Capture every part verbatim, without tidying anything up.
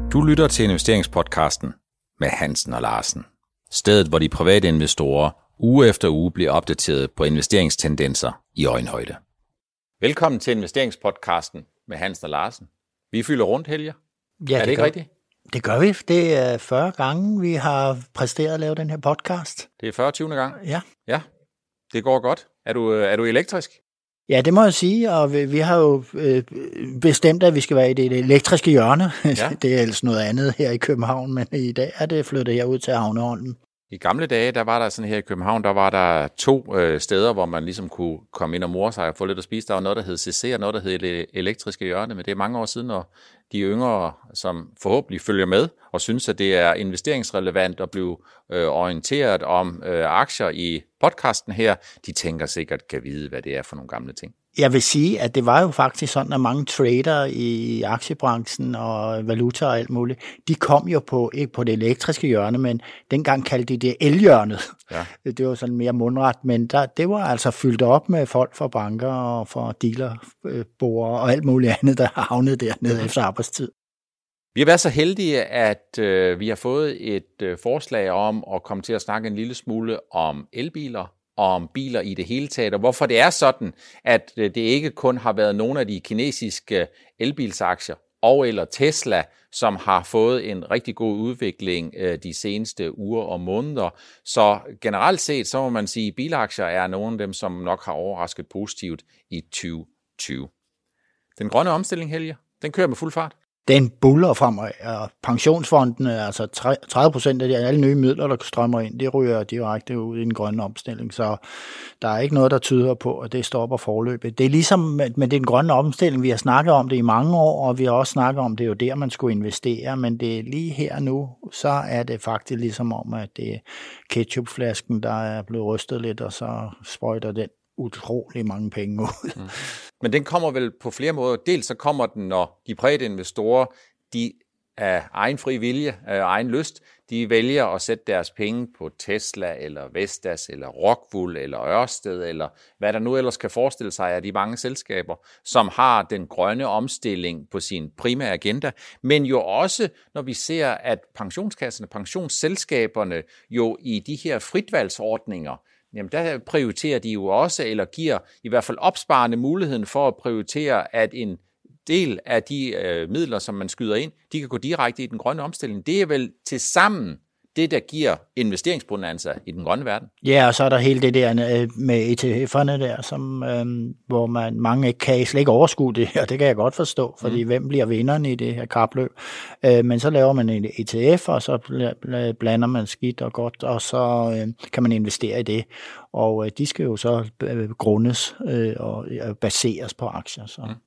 Du lytter til investeringspodcasten med Hansen og Larsen. Stedet, hvor de private investorer uge efter uge bliver opdateret på investeringstendenser i øjenhøjde. Velkommen til investeringspodcasten med Hansen og Larsen. Vi fylder rundt, Helge. Ja, er det, det ikke gør, rigtigt? Det gør vi. Det er fyrre gange, vi har præsteret at lave den her podcast. Det er fyrre-tyvende gang? Ja. Ja, det går godt. Er du, er du elektrisk? Ja, det må jeg sige, og vi, vi har jo øh, bestemt, at vi skal være i det elektriske hjørne. Ja. Det er ellers noget andet her i København, men i dag er det flyttet herud til Havneholmen. I gamle dage, der var der sådan her i København, der var der to øh, steder, hvor man ligesom kunne komme ind og more sig og få lidt at spise. Der var noget, der hed C C, og noget, der hed det elektriske hjørne, men det er mange år siden, og de yngre, som forhåbentlig følger med og synes, at det er investeringsrelevant at blive øh, orienteret om øh, aktier i podcasten her, de tænker sikkert kan vide, hvad det er for nogle gamle ting. Jeg vil sige, at det var jo faktisk sådan, at mange trader i aktiebranchen og valuta og alt muligt, de kom jo på, ikke på det elektriske hjørne, men dengang kaldte de det elhjørnet. Ja. Det var sådan mere mundret, men der, det var altså fyldt op med folk fra banker og fra dealerborer og alt muligt andet, der havnede dernede efter arbejdstid. Vi har været så heldige, at øh, vi har fået et øh, forslag om at komme til at snakke en lille smule om elbiler, om biler i det hele taget, og hvorfor det er sådan, at det ikke kun har været nogle af de kinesiske elbilsaktier og eller Tesla, som har fået en rigtig god udvikling de seneste uger og måneder. Så generelt set, så må man sige, at bilaktier er nogle af dem, som nok har overrasket positivt i tyve tyve. Den grønne omstilling, Helge, den kører med fuld fart. Den buller frem, og pensionsfondene, altså tredive procent af de alle nye midler, der strømmer ind, det ryger direkte ud i den grønne omstilling, så der er ikke noget, der tyder på, at det stopper forløbet. Det er ligesom med den grønne omstilling, vi har snakket om det i mange år, og vi har også snakket om, det er jo der, man skulle investere, men det er lige her nu, så er det faktisk ligesom om, at det er ketchupflasken, der er blevet rystet lidt, og så sprøjter den utrolig mange penge ud. Mm. Men den kommer vel på flere måder. Dels så kommer den, når de private investorer, de af egen fri vilje, af egen lyst, de vælger at sætte deres penge på Tesla, eller Vestas, eller Rockwool, eller Ørsted, eller hvad der nu ellers kan forestille sig af de mange selskaber, som har den grønne omstilling på sin primære agenda. Men jo også, når vi ser, at pensionskasserne, pensionsselskaberne jo i de her fritvalgsordninger, jamen der prioriterer de jo også, eller giver i hvert fald opsparende muligheden for at prioritere, at en del af de øh, midler, som man skyder ind, de kan gå direkte i den grønne omstilling. Det er vel til sammen det, der giver investeringsbonanza i den grønne verden. Ja, og så er der hele det der med E T F'erne der, som, øhm, hvor man mange ikke kan slet ikke overskue det, og det kan jeg godt forstå, fordi mm. hvem bliver vinderen i det her kapløb? Øh, men så laver man en E T F, og så blander man skidt og godt, og så øh, kan man investere i det. Og øh, de skal jo så øh, grundes øh, og øh, baseres på aktier. Så. Mm.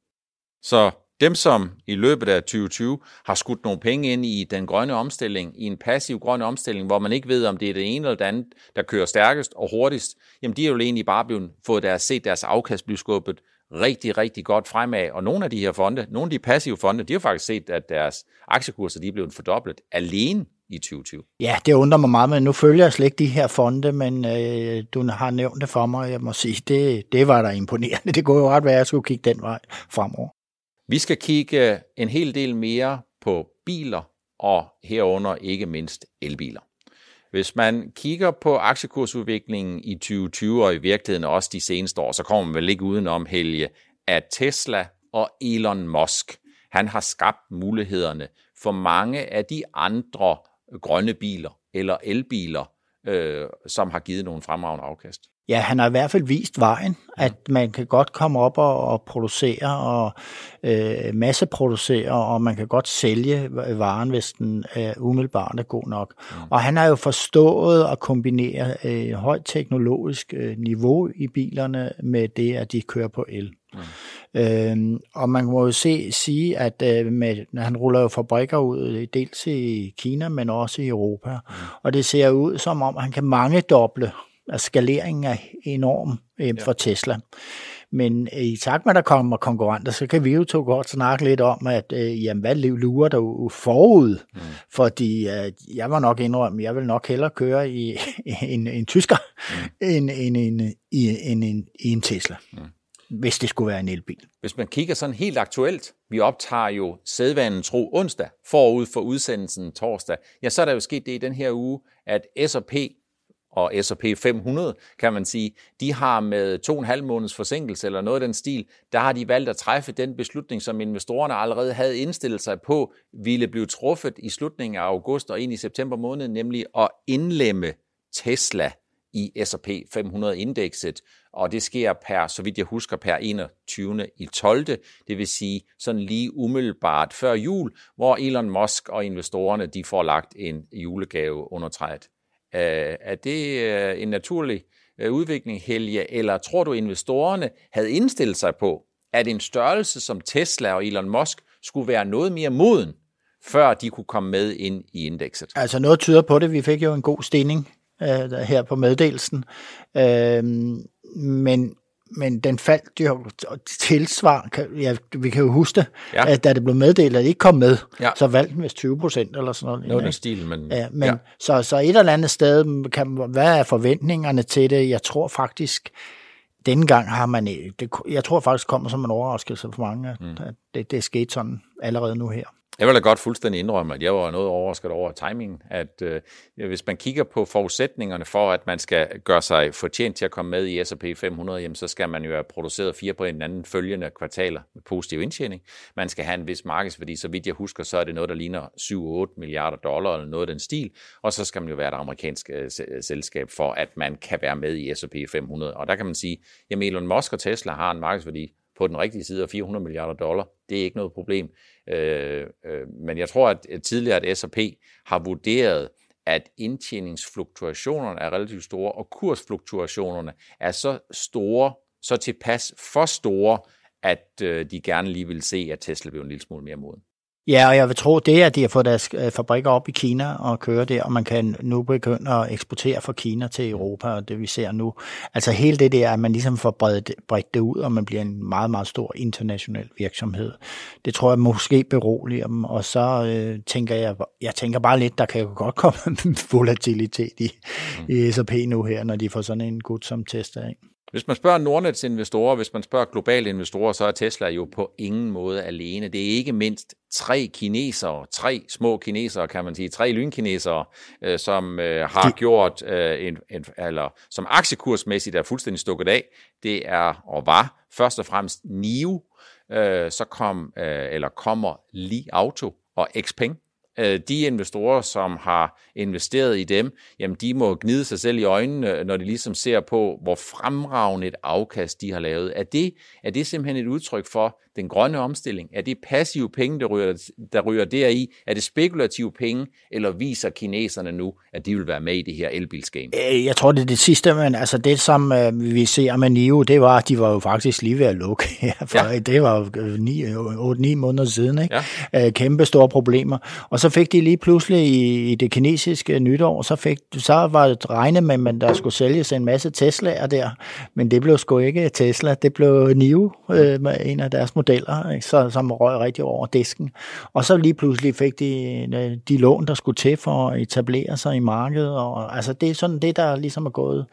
så dem, som i løbet af tyve tyve har skudt nogle penge ind i den grønne omstilling, i en passiv grøn omstilling, hvor man ikke ved, om det er det ene eller det andet, der kører stærkest og hurtigst, jamen de er jo egentlig bare blevet, fået deres, set deres afkast blive skubbet rigtig, rigtig godt fremad. Og nogle af de her fonde, nogle af de passive fonde, de har faktisk set, at deres aktiekurser de er blevet fordoblet alene i tyve tyve. Ja, det undrer mig meget, men nu følger jeg slet ikke de her fonde, men øh, du har nævnt det for mig, og jeg må sige, det, det var da imponerende. Det kunne jo ret være, at jeg skulle kigge den vej fremover. Vi skal kigge en hel del mere på biler, og herunder ikke mindst elbiler. Hvis man kigger på aktiekursudviklingen i tyve tyve, og i virkeligheden også de seneste år, så kommer man vel ikke udenom, Helge, at Tesla og Elon Musk, han har skabt mulighederne for mange af de andre grønne biler eller elbiler, øh, som har givet nogle fremragende afkast. Ja, han har i hvert fald vist vejen, at man kan godt komme op og, og producere og øh, masseproducere, og man kan godt sælge varen, hvis den er umiddelbart er god nok. Mm. Og han har jo forstået at kombinere øh, højt teknologisk øh, niveau i bilerne med det, at de kører på el. Mm. Øhm, og man må jo se, sige, at øh, med, han ruller jo fabrikker ud, dels i Kina, men også i Europa. Mm. Og det ser ud som om, han kan mangedoble. At skaleringen er enorm øh, for ja. Tesla. Men øh, i takt med, at der kommer konkurrenter, så kan vi jo to godt snakke lidt om, at øh, jamen, hvad lurer der jo forud? Mm. Fordi øh, jeg var nok indrømme, jeg vil nok hellere køre i, i en, en tysker, mm. end, end, end, end, end, end en Tesla. Mm. hvis det skulle være en elbil. Hvis man kigger sådan helt aktuelt, vi optager jo sædvanen tro onsdag, forud for udsendelsen torsdag, ja, så er der jo sket det i den her uge, at S og P og S og P fem hundrede, kan man sige, de har med to og en halv måneds forsinkelse eller noget af den stil, der har de valgt at træffe den beslutning, som investorerne allerede havde indstillet sig på, ville blive truffet i slutningen af august og ind i september måned, nemlig at indlemme Tesla i S og P fem hundrede-indekset, og det sker per, så vidt jeg husker, per enogtyvende i tolvte, det vil sige sådan lige umiddelbart før jul, hvor Elon Musk og investorerne, de får lagt en julegave under træet. Er det en naturlig udvikling, Helge, eller tror du, investorerne havde indstillet sig på, at en størrelse som Tesla og Elon Musk skulle være noget mere moden, før de kunne komme med ind i indekset? Altså noget tyder på det. Vi fik jo en god stigning øh, her på meddelelsen, øh, men men den faldt jo tilsvar. Ja, vi kan jo huske det, ja. At da det blev meddelt, at det ikke kom med, ja. Så valgte den vist tyve procent eller sådan noget. Noget af stil, men... Ja, men ja. Så, så et eller andet sted, kan, hvad er forventningerne til det? Jeg tror faktisk, denne gang har man... Det, jeg tror faktisk, kommer som en overraskelse for mange, mm. at det, det er sket sådan allerede nu her. Jeg vil da godt fuldstændig indrømme, at jeg var noget overrasket over timingen, at øh, hvis man kigger på forudsætningerne for, at man skal gøre sig fortjent til at komme med i S og P fem hundrede, jamen, så skal man jo have produceret fire på en anden følgende kvartaler med positiv indtjening. Man skal have en vis markedsværdi, så vidt jeg husker, så er det noget, der ligner syv otte milliarder dollar eller noget af den stil, og så skal man jo være et amerikansk øh, selskab for, at man kan være med i S og P fem hundrede. Og der kan man sige, at Elon Musk og Tesla har en markedsværdi på den rigtige side af fire hundrede milliarder dollar. Det er ikke noget problem. Øh, øh, men jeg tror, at tidligere at S og P har vurderet, at indtjeningsfluktuationerne er relativt store, og kursfluktuationerne er så store, så tilpas for store, at øh, de gerne lige vil se, at Tesla bliver en lille smule mere moden. Ja, og jeg vil tro, det er, at de har fået deres fabrikker op i Kina og kører der, og man kan nu begynde at eksportere fra Kina til Europa, og det vi ser nu. Altså hele det der, at man ligesom får bredt, bredt det ud, og man bliver en meget, meget stor international virksomhed. Det tror jeg måske beroliger dem, og så øh, tænker jeg, jeg tænker bare lidt, der kan jo godt komme volatilitet i, mm. i S og P nu her, når de får sådan en gut som Tesla, ikke? Hvis man spørger Nordnets investorer, hvis man spørger globale investorer, så er Tesla jo på ingen måde alene. Det er ikke mindst tre kinesere, tre små kinesere, kan man sige, tre lynkinesere, øh, som øh, har De... gjort, øh, en, en, eller som aktiekursmæssigt er fuldstændig stukket af. Det er og var først og fremmest N I O, øh, så kom, øh, eller kommer Li Auto og Xpeng. De investorer, som har investeret i dem, jamen de må gnide sig selv i øjnene, når de ligesom ser på, hvor fremragende et afkast de har lavet. Er det, er det simpelthen et udtryk for den grønne omstilling? Er det passive penge, der ryger, der ryger deri? Er det spekulative penge, eller viser kineserne nu, at de vil være med i det her elbilsgame? Jeg tror, det er det sidste, men altså det, som vi ser med N I O, det var, at de var jo faktisk lige ved at lukke her, for ja. Det var jo otte ni måneder siden, ikke? Ja. Kæmpe store problemer. Og så fik de lige pludselig i, i det kinesiske nytår, så, fik, så var det regnet med, at der skulle sælges en masse Tesla'er der, men det blev sgu ikke Tesla, det blev N I O, øh, med en af deres modeller, ikke? Så, som røg rigtig over disken. Og så lige pludselig fik de de lån, der skulle til for at etablere sig i markedet, og altså det er sådan det, der ligesom er gået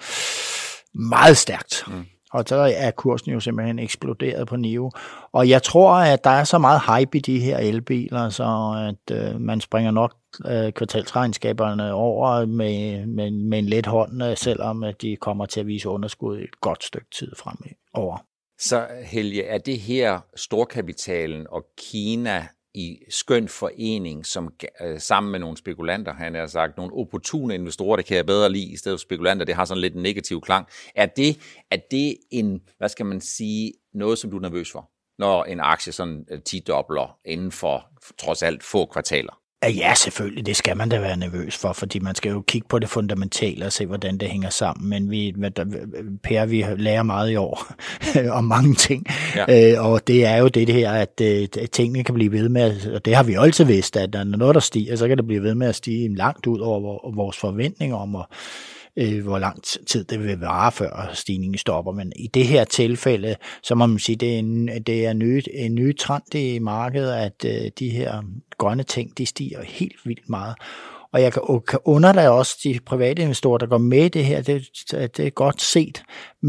meget stærkt. Mm. Og så er kursen jo simpelthen eksploderet på N I O. Og jeg tror, at der er så meget hype i de her elbiler, så at øh, man springer nok øh, kvartalsregnskaberne over med, med, med en let hånd, øh, selvom at de kommer til at vise underskud et godt stykke tid fremover. Så Helge, er det her storkapitalen og Kina i skøn forening, som øh, sammen med nogle spekulanter, han har sagt, nogle opportune investorer, det kan jeg bedre lide, i stedet for spekulanter, det har sådan lidt en negativ klang. Er det, er det en, hvad skal man sige, noget, som du er nervøs for, når en aktie sådan ti-dobler inden for trods alt få kvartaler? Ja, selvfølgelig, det skal man da være nervøs for, fordi man skal jo kigge på det fundamentale og se, hvordan det hænger sammen. Men vi, Per, vi lærer meget i år om mange ting, ja. øh, og det er jo det her, at, at tingene kan blive ved med, og det har vi jo altid vidst, at når noget der stiger, så kan det blive ved med at stige langt ud over vores forventninger om, at øh, hvor lang tid det vil vare, før stigningen stopper. Men i det her tilfælde, så må man sige, det er en, det er en, ny, en ny trend i markedet, at øh, de her grønne ting, de stiger helt vildt meget. Og jeg kan, kan underlade også de private investorer, der går med i det her, det, det er godt set, men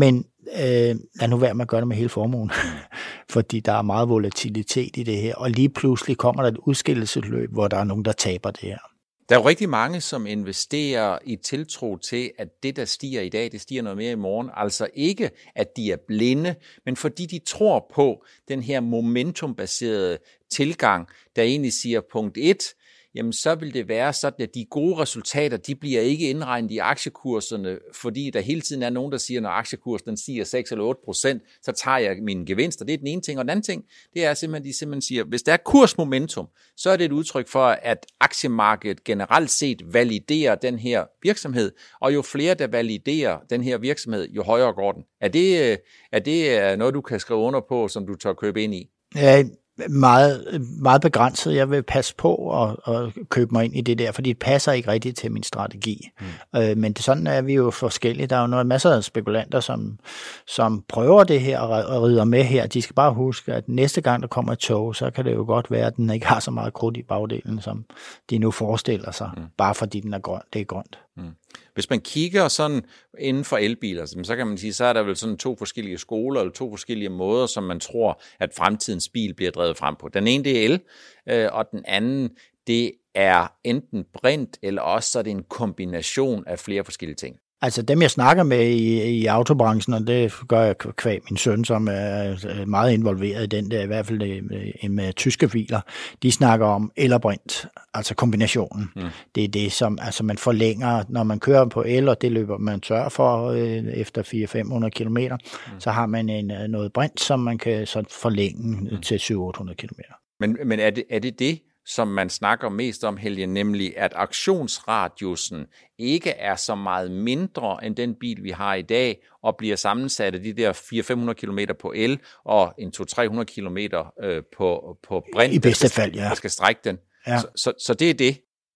øh, lad nu være med at gøre det med hele formuen, fordi der er meget volatilitet i det her, og lige pludselig kommer der et udskillelsesløb, hvor der er nogen, der taber det her. Der er jo rigtig mange, som investerer i tiltro til, at det, der stiger i dag, det stiger noget mere i morgen. Altså ikke, at de er blinde, men fordi de tror på den her momentumbaserede tilgang, der egentlig siger punkt et, jamen så vil det være sådan, at de gode resultater, de bliver ikke indregnet i aktiekurserne, fordi der hele tiden er nogen, der siger, når aktiekursen stiger seks eller otte procent, så tager jeg mine gevinster. Det er den ene ting. Og den anden ting, det er simpelthen, de simpelthen siger, hvis der er kursmomentum, så er det et udtryk for, at aktiemarkedet generelt set validerer den her virksomhed, og jo flere, der validerer den her virksomhed, jo højere går den. Er det, er det noget, du kan skrive under på, som du tør købe ind i? Ja, meget, meget begrænset. Jeg vil passe på at, at købe mig ind i det der, fordi det passer ikke rigtigt til min strategi. Mm. Øh, men det, sådan er vi jo forskellige. Der er jo noget, masser af spekulanter, som, som prøver det her og rider med her. De skal bare huske, at næste gang, der kommer et tog, så kan det jo godt være, at den ikke har så meget krudt i bagdelen, som de nu forestiller sig, mm. bare fordi den er grøn, det er grønt. Mm. Hvis man kigger sådan inden for elbiler, så kan man sige, så er der vel sådan to forskellige skoler, eller to forskellige måder, som man tror, at fremtidens bil bliver drevet frem på. Den ene, det er el, og den anden, det er enten brint, eller også så er det en kombination af flere forskellige ting. Altså dem, jeg snakker med i, i autobranchen, og det gør jeg kvæg min søn, som er meget involveret i den der, i hvert fald med, med tyske biler, de snakker om el og brint, altså kombinationen. Mm. Det er det, som altså man forlænger, når man kører på el, og det løber man tør for øh, efter fire til fem hundrede kilometer, mm. så har man en, noget brint, som man kan så forlænge mm. til syv til otte hundrede kilometer. Men, men er, det, er det det, som man snakker mest om, Helge, nemlig at aktionsradiusen ikke er så meget mindre end den bil, vi har i dag, og bliver sammensat af de der fire til fem hundrede kilometer på el, og en to til tre hundrede kilometer øh, på, på brint. I bedste fald, ja. Der skal strække den. Ja. Så, så, så det er det.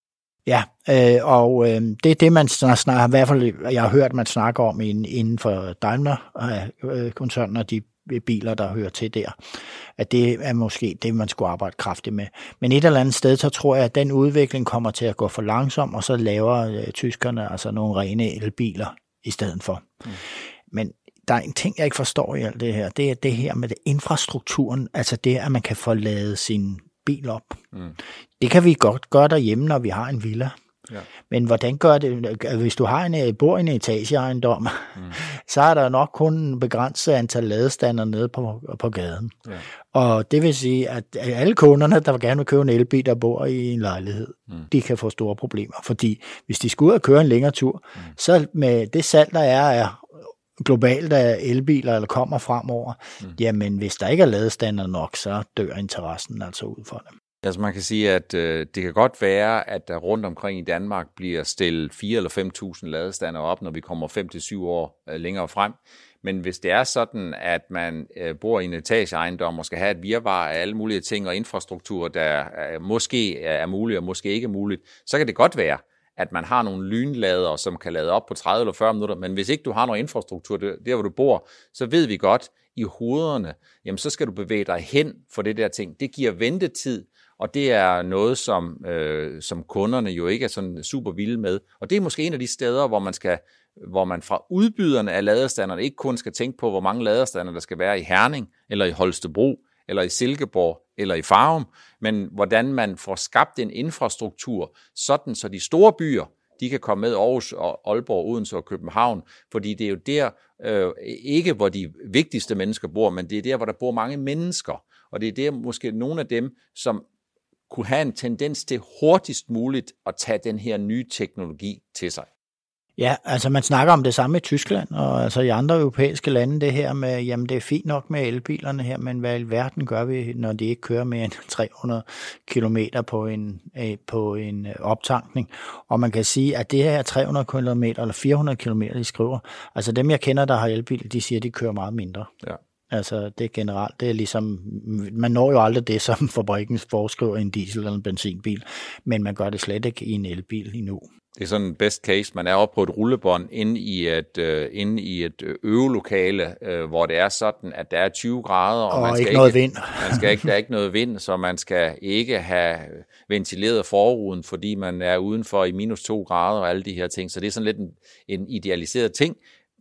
Ja, øh, og øh, det er det, man snakker, i hvert fald, jeg har hørt, man snakker om inden, inden for Daimler-koncernen, og de biler, der hører til der, at det er måske det, man skulle arbejde kraftigt med. Men et eller andet sted, så tror jeg, at den udvikling kommer til at gå for langsom, og så laver øh, tyskerne altså nogle rene elbiler i stedet for. Mm. Men der er en ting, jeg ikke forstår i alt det her, det er det her med det infrastrukturen, altså det, at man kan få ladet sin bil op. Mm. Det kan vi godt gøre derhjemme, når vi har en villa. Ja. Men hvordan gør det, hvis du har en, bor i en etageejendom, mm. så er der nok kun en begrænset antal ladestander nede på, på gaden. Ja. Og det vil sige, at alle kunderne, der gerne vil købe en elbil, der bor i en lejlighed, mm. de kan få store problemer. Fordi hvis de skal ud og køre en længere tur, mm. så med det salg, der er, er globalt af elbiler, eller kommer fremover, mm. jamen hvis der ikke er ladestander nok, så dør interessen altså ud for dem. Altså man kan sige, at øh, det kan godt være, at der rundt omkring i Danmark bliver stillet fire eller fem tusind ladestander op, når vi kommer fem til syv år øh, længere frem. Men hvis det er sådan, at man øh, bor i en etageejendom og skal have et virvar af alle mulige ting og infrastruktur, der øh, måske er muligt og måske ikke er muligt, så kan det godt være, at man har nogle lynlader, som kan lade op på tredive eller fyrre minutter. Men hvis ikke du har noget infrastruktur der, hvor du bor, så ved vi godt, i hovederne, jamen så skal du bevæge dig hen for det der ting. Det giver ventetid, og det er noget, som, øh, som kunderne jo ikke er sådan super vilde med. Og det er måske en af de steder, hvor man, skal, hvor man fra udbyderne af ladestanderne ikke kun skal tænke på, hvor mange ladestander der skal være i Herning, eller i Holstebro, eller i Silkeborg, eller i Farum, men hvordan man får skabt en infrastruktur, sådan så de store byer, de kan komme med Aarhus og Aalborg, Odense og København, fordi det er jo der, øh, ikke hvor de vigtigste mennesker bor, men det er der, hvor der bor mange mennesker, og det er der måske nogle af dem, som kunne have en tendens til hurtigst muligt at tage den her nye teknologi til sig. Ja, altså man snakker om det samme i Tyskland, og altså i andre europæiske lande, det her med, jamen det er fint nok med elbilerne her, men hvad i verden gør vi, når de ikke kører mere end tre hundrede kilometer på en, på en optankning? Og man kan sige, at det her tre hundrede kilometer eller fire hundrede kilometer, de skriver, altså dem jeg kender, der har elbil, de siger, de kører meget mindre. Ja. Altså det er generelt, det er ligesom, man når jo aldrig det, som fabrikken foreskriver i en diesel eller en benzinbil, men man gør det slet ikke i en elbil endnu. Det er sådan en best case, man er oppe på et rullebånd inde i et, øh, inde i et øvelokale, øh, hvor det er sådan, at der er tyve grader, og, og man skal ikke noget vind. Man skal ikke, der er ikke noget vind, så man skal ikke have ventileret forruden, fordi man er udenfor i minus to grader og alle de her ting. Så det er sådan lidt en, en idealiseret ting,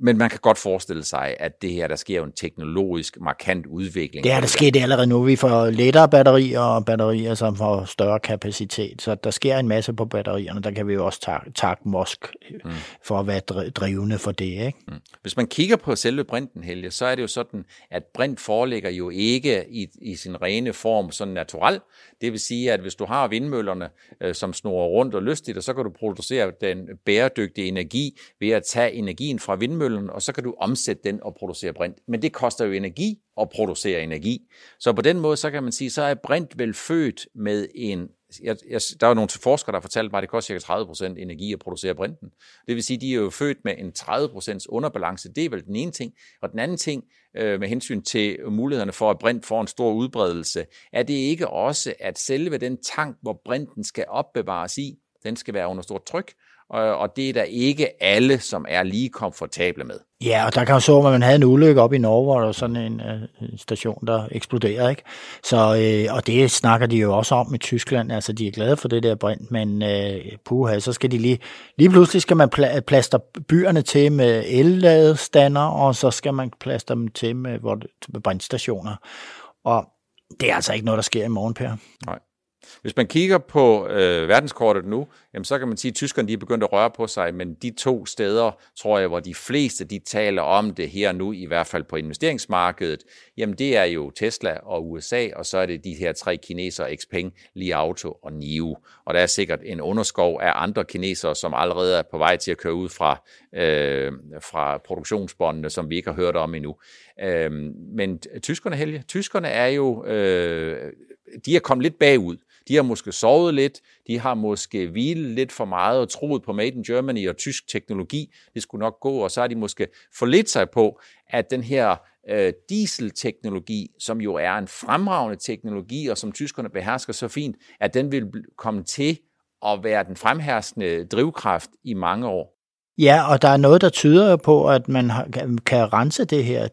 Men man kan godt forestille sig, at det her, der sker en teknologisk markant udvikling. Det er der sket allerede nu. Vi får lettere batterier og batterier, som får større kapacitet. Så der sker en masse på batterierne. Der kan vi jo også takke, takke Musk mm. for at være drivende for det. Ikke? Mm. Hvis man kigger på selve brinten, Helge, så er det jo sådan, at brint foreligger jo ikke i, i sin rene form sådan natural. Det vil sige, at hvis du har vindmøllerne, øh, som snurrer rundt og lystigt, og så kan du producere den bæredygtige energi ved at tage energien fra vindmøllen, og så kan du omsætte den og producere brint. Men det koster jo energi at producere energi. Så på den måde, så kan man sige, så er brint vel født med en... Jeg, jeg, der er jo nogle forskere, der har fortalt mig, at det koster cirka tredive procent energi at producere brinten. Det vil sige, at de er jo født med en tredive procent underbalance. Det er vel den ene ting. Og den anden ting, øh, med hensyn til mulighederne for, at brint får en stor udbredelse, er det ikke også, at selve den tank, hvor brinten skal opbevares i, den skal være under stort tryk, og det er der ikke alle, som er lige komfortable med. Ja, og der kan jo så, at man havde en ulykke op i Norge, hvor der var sådan en uh, station, der eksploderede, ikke? Så, uh, og det snakker de jo også om i Tyskland, altså de er glade for det der brint, men uh, puha, så skal de lige, lige pludselig skal man pla- plaster byerne til med elladestander, og så skal man plaster dem til med, hvor, med brintstationer. Og det er altså ikke noget, der sker i morgen, Per. Nej. Hvis man kigger på øh, verdenskortet nu, jamen, så kan man sige, at tyskerne de er begyndt at røre på sig, men de to steder, tror jeg, hvor de fleste de taler om det her nu, i hvert fald på investeringsmarkedet, jamen det er jo Tesla og U S A, og så er det de her tre kinesere, Xpeng, Li Auto og N I O. Og der er sikkert en underskov af andre kinesere, som allerede er på vej til at køre ud fra, øh, fra produktionsbåndene, som vi ikke har hørt om endnu. Øh, men tyskerne, Helge, tyskerne er jo, øh, de er kommet lidt bagud. De har måske sovet lidt, de har måske hvilet lidt for meget og troet på Made in Germany og tysk teknologi. Det skulle nok gå, og så har de måske forledt sig på, at den her øh, dieselteknologi, som jo er en fremragende teknologi, og som tyskerne behersker så fint, at den vil komme til at være den fremherskende drivkraft i mange år. Ja, og der er noget, der tyder på, at man har, kan, kan rense det her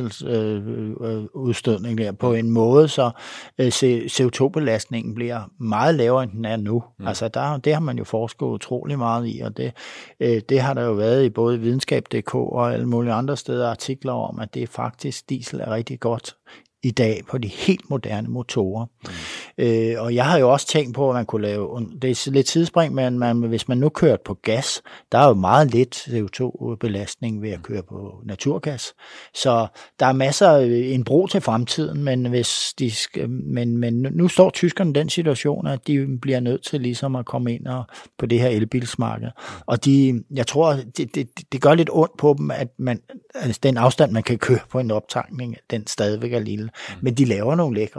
dieseludstødning øh, der på en måde, så øh, C O to belastningen bliver meget lavere, end den er nu. Mm. Altså, der, det har man jo forsket utrolig meget i, og det, øh, det har der jo været i både videnskab punktum d k og alle mulige andre steder artikler om, at det er faktisk, diesel er rigtig godt i dag på de helt moderne motorer. Mm. Øh, og jeg har jo også tænkt på, at man kunne lave, det er lidt tidsspring, men man, hvis man nu kørte på gas, der er jo meget lidt C O to belastning ved at køre på naturgas. Så der er masser af en bro til fremtiden, men, hvis de skal, men, men nu står tyskerne i den situation, at de bliver nødt til ligesom at komme ind og, på det her elbilsmarked. Og de, jeg tror, det, det, det gør lidt ondt på dem, at man, altså den afstand, man kan køre på en optankning, den stadigvæk er lille. Mm. Men de laver nogle lækre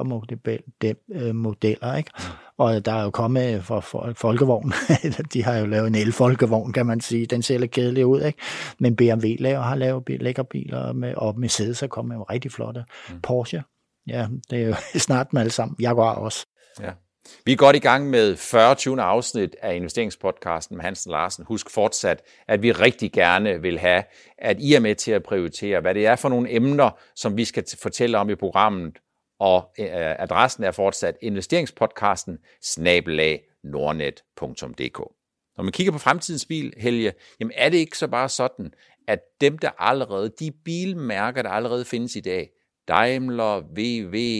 modeller, ikke? Mm. Og der er jo kommet fra folkevogn. De har jo lavet en elfolkevogn, kan man sige. Den ser lidt kedelig ud, ikke? Men B M W laver, har lavet lækre biler, med, og Mercedes er kommet med rigtig flotte. Mm. Porsche, ja, det er jo snart med alle sammen. Jaguar også. Ja. Vi er godt i gang med fyrre afsnit af investeringspodcasten med Hansen Larsen. Husk fortsat, at vi rigtig gerne vil have, at I er med til at prioritere, hvad det er for nogle emner, som vi skal fortælle om i programmet. Og øh, adressen er fortsat investeringspodcasten snabel-a nordnet punktum d k. Når man kigger på fremtidens bil, Helge, jamen er det ikke så bare sådan, at dem, der allerede, de bilmærker, der allerede findes i dag, Daimler, V W,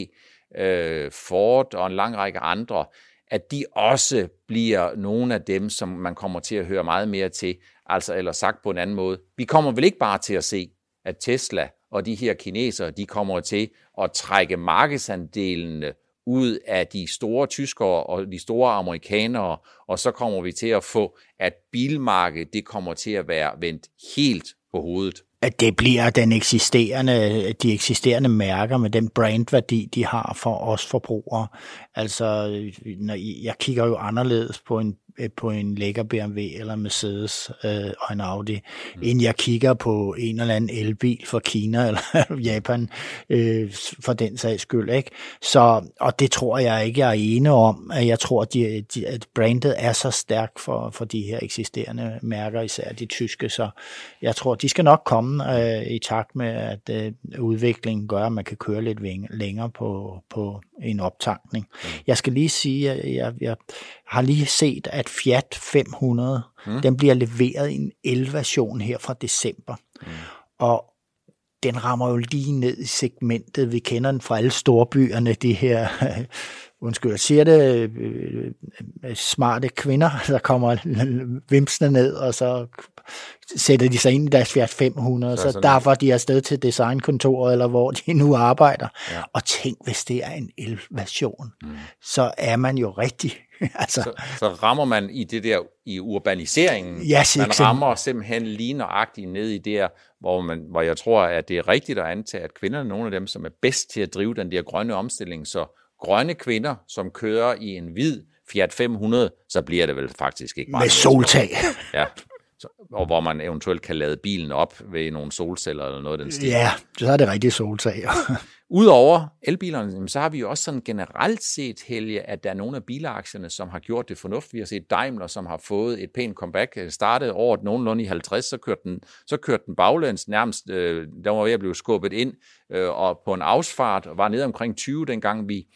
Ford og en lang række andre, at de også bliver nogle af dem, som man kommer til at høre meget mere til, altså eller sagt på en anden måde. Vi kommer vel ikke bare til at se, at Tesla og de her kinesere, de kommer til at trække markedsandelene ud af de store tyskere og de store amerikanere, og så kommer vi til at få, at bilmarkedet, det kommer til at være vendt helt på hovedet. At det bliver den eksisterende, de eksisterende mærker med den brandværdi, de har for os forbrugere. Altså, når jeg kigger jo anderledes på en på en lækker B M W eller Mercedes øh, og en Audi, mm. end jeg kigger på en eller anden elbil fra Kina eller Japan, øh, for den sags skyld, ikke? Så, og det tror jeg ikke, jeg er ene om. Jeg tror, at, de, de, at brandet er så stærkt for, for de her eksisterende mærker, især de tyske, så jeg tror, de skal nok komme øh, i takt med, at øh, udviklingen gør, at man kan køre lidt længere på, på en optankning. Mm. Jeg skal lige sige, at jeg, jeg har lige set, at Fiat fem hundrede, mm. den bliver leveret i en el-version her fra december. Mm. og den rammer jo lige ned i segmentet. Vi kender den fra alle storbyerne, de her, undskyld, jeg siger det, smarte kvinder, der kommer vimsene ned, og så sætter de sig ind i deres Fiat fem hundrede, så, så derfor de er afsted til designkontoret, eller hvor de nu arbejder. Ja. Og tænk, hvis det er en el-version, mm. så er man jo rigtig. altså. så, så rammer man i det der, i urbaniseringen, yes, man rammer simpelthen lige nøjagtigt ned i det, hvor, man, hvor jeg tror, at det er rigtigt at antage, at kvinderne er nogle af dem, som er bedst til at drive den der grønne omstilling, så grønne kvinder, som kører i en hvid Fiat fem hundrede, så bliver det vel faktisk ikke meget. Med soltag. Ja. Og hvor man eventuelt kan lade bilen op ved nogle solceller eller noget af den stil. Ja, så er det rigtig soltag. Udover elbilerne, så har vi jo også sådan generelt set, Helge, at der er nogle af bilaktierne, som har gjort det fornuft. Vi har set Daimler, som har fået et pænt comeback. Startede året nogenlunde i halvtreds, så kørte den, så kørte den baglæns nærmest. Øh, der var ved at blive skubbet ind øh, og på en afsfart, og var nede omkring tyve, dengang vi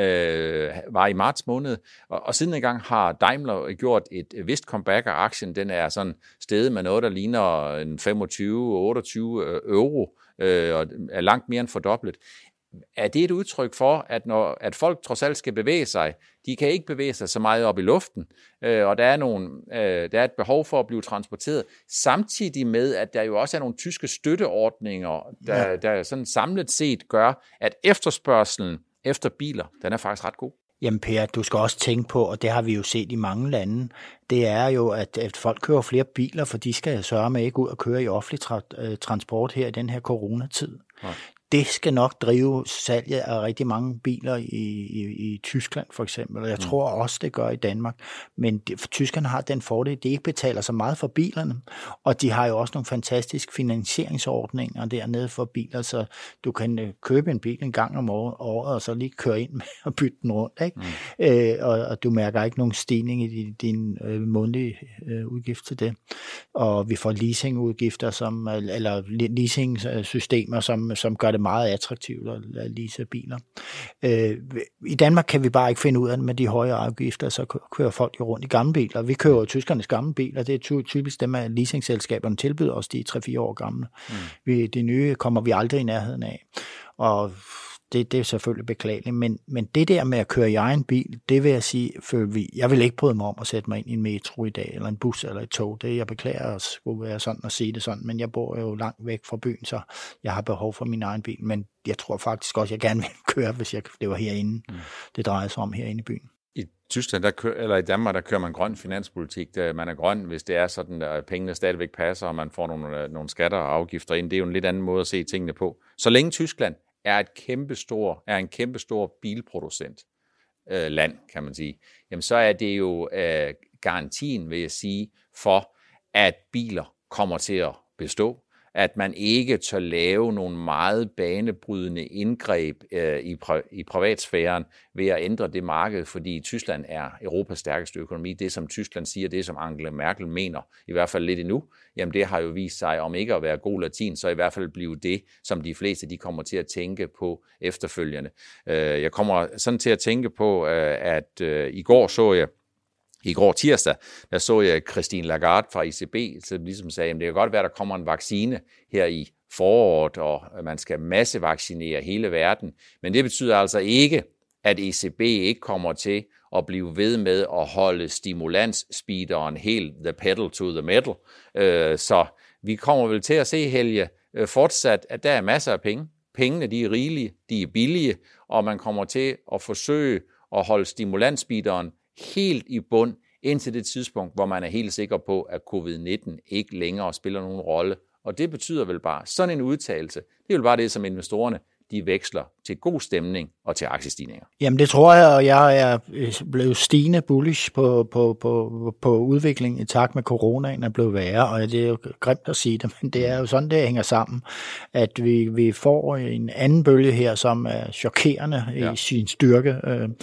øh, var i marts måned. Og, og siden engang har Daimler gjort et vist comeback, og aktien den er sådan steget med noget, der ligner en femogtyve otteogtyve euro, øh, og er langt mere end fordoblet. Er det et udtryk for, at når at folk trods alt skal bevæge sig, de kan ikke bevæge sig så meget op i luften, øh, og der er, nogle, øh, der er et behov for at blive transporteret, samtidig med, at der jo også er nogle tyske støtteordninger, der, ja. der sådan samlet set gør, at efterspørgselen efter biler, den er faktisk ret god. Jamen Per, du skal også tænke på, og det har vi jo set i mange lande, det er jo, at, at folk kører flere biler, for de skal sørge med ikke ud og køre i offentlig tra- transport her i den her coronatid. Ja. Det skal nok drive salget af rigtig mange biler i, i, i Tyskland for eksempel, og jeg mm. tror også, det gør i Danmark. Men det, for tyskerne har den fordel, at de ikke betaler så meget for bilerne, og de har jo også nogle fantastiske finansieringsordninger dernede for biler, så du kan øh, købe en bil en gang om året, og så lige køre ind med og bytte den rundt, ikke? Mm. Øh, og, og du mærker ikke nogen stigning i din, din øh, månedlige øh, udgift til det. Og vi får leasingudgifter, som, eller leasingsystemer, som, som gør det meget attraktivt at lease biler. Øh, I Danmark kan vi bare ikke finde ud af det med de høje afgifter, så kører folk jo rundt i gamle biler. Vi kører jo tyskernes gamle biler, det er typisk dem, at leasingselskaberne tilbyder os, de er tre fire år gamle. Mm. Vi, de nye kommer vi aldrig i nærheden af. Og det, det er selvfølgelig beklageligt, men, men det der med at køre i egen bil, det vil jeg sige, føler vi, jeg vil ikke bryde mig om at sætte mig ind i en metro i dag, eller en bus eller et tog. Det jeg beklager at skulle være sådan og sige det sådan, men jeg bor jo langt væk fra byen, så jeg har behov for min egen bil, men jeg tror faktisk også, at jeg gerne vil køre, hvis jeg lever herinde. Mm. Det drejer sig om herinde i byen. I Tyskland, der kører, eller i Danmark, der kører man grøn finanspolitik. Der, man er grøn, hvis det er sådan, at pengene stadigvæk passer, og man får nogle, nogle skatter og afgifter ind. Det er jo en lidt anden måde at se tingene på. Så længe Tyskland er et kæmpestor, er en kæmpestor bilproducent øh, land, kan man sige, jamen så er det jo øh, garantien, vil jeg sige, for at biler kommer til at bestå, at man ikke tør lave nogle meget banebrydende indgreb øh, i, pri- i privatsfæren ved at ændre det marked, fordi Tyskland er Europas stærkeste økonomi. Det, som Tyskland siger, det som Angela Merkel mener, i hvert fald lidt endnu, jamen det har jo vist sig, om ikke at være god latin, så i hvert fald blive det, som de fleste de kommer til at tænke på efterfølgende. Øh, jeg kommer sådan til at tænke på, øh, at øh, i går så jeg, I går tirsdag, der så jeg Christine Lagarde fra E C B, som ligesom sagde, at det kan godt være, at der kommer en vaccine her i foråret, og man skal massevaccinere hele verden. Men det betyder altså ikke, at E C B ikke kommer til at blive ved med at holde stimulans-speederen helt the pedal to the metal. Så vi kommer vel til at se, Helge, fortsat, at der er masser af penge. Pengene de er rigelige, de er billige, og man kommer til at forsøge at holde stimulans-speederen helt i bund, indtil det tidspunkt, hvor man er helt sikker på, at covid nitten ikke længere spiller nogen rolle. Og det betyder vel bare, sådan en udtalelse, det er vel bare det, som investorerne de veksler til god stemning og til aktiestigninger. Jamen det tror jeg, og jeg er blevet stigende bullish på, på, på, på udviklingen i takt med coronaen er blevet værre, og det er jo grimt at sige det, men det er jo sådan, det hænger sammen, at vi, vi får en anden bølge her, som er chokerende ja. i sin styrke,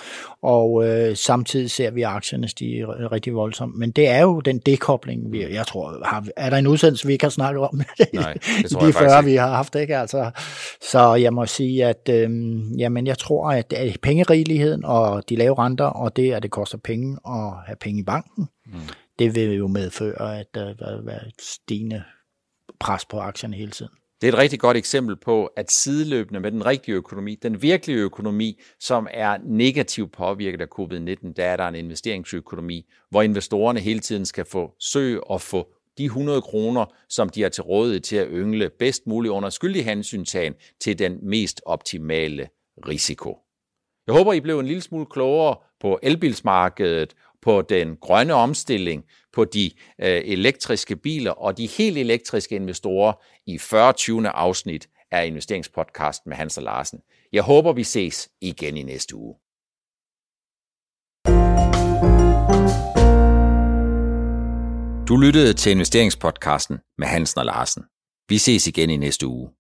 og øh, samtidig ser vi aktierne stige rigtig voldsomt. Men det er jo den dekobling, vi, jeg tror, har, er der en udsendelse, vi ikke har snakket om? Nej, det tror de jeg før, faktisk vi har haft, ikke? Altså, så jeg må sige, at øh, jamen, jeg tror, at, at pengerigeligheden og de lave renter, og det, at det koster penge at have penge i banken, mm. det vil jo medføre, at der vil være et stigende pres på aktierne hele tiden. Det er et rigtig godt eksempel på, at sideløbende med den rigtige økonomi, den virkelige økonomi, som er negativt påvirket af covid nitten, der er der en investeringsøkonomi, hvor investorerne hele tiden skal få søge og få de hundrede kroner, som de har til rådighed til at yngle bedst muligt under skyldig hensyntagen til den mest optimale risiko. Jeg håber, I blev en lille smule klogere på elbilsmarkedet, på den grønne omstilling, på de øh, elektriske biler og de helt elektriske investorer i fyrre afsnit af investeringspodcast med Hans og Larsen. Jeg håber, vi ses igen i næste uge. Du lyttede til investeringspodcasten med Hansen og Larsen. Vi ses igen i næste uge.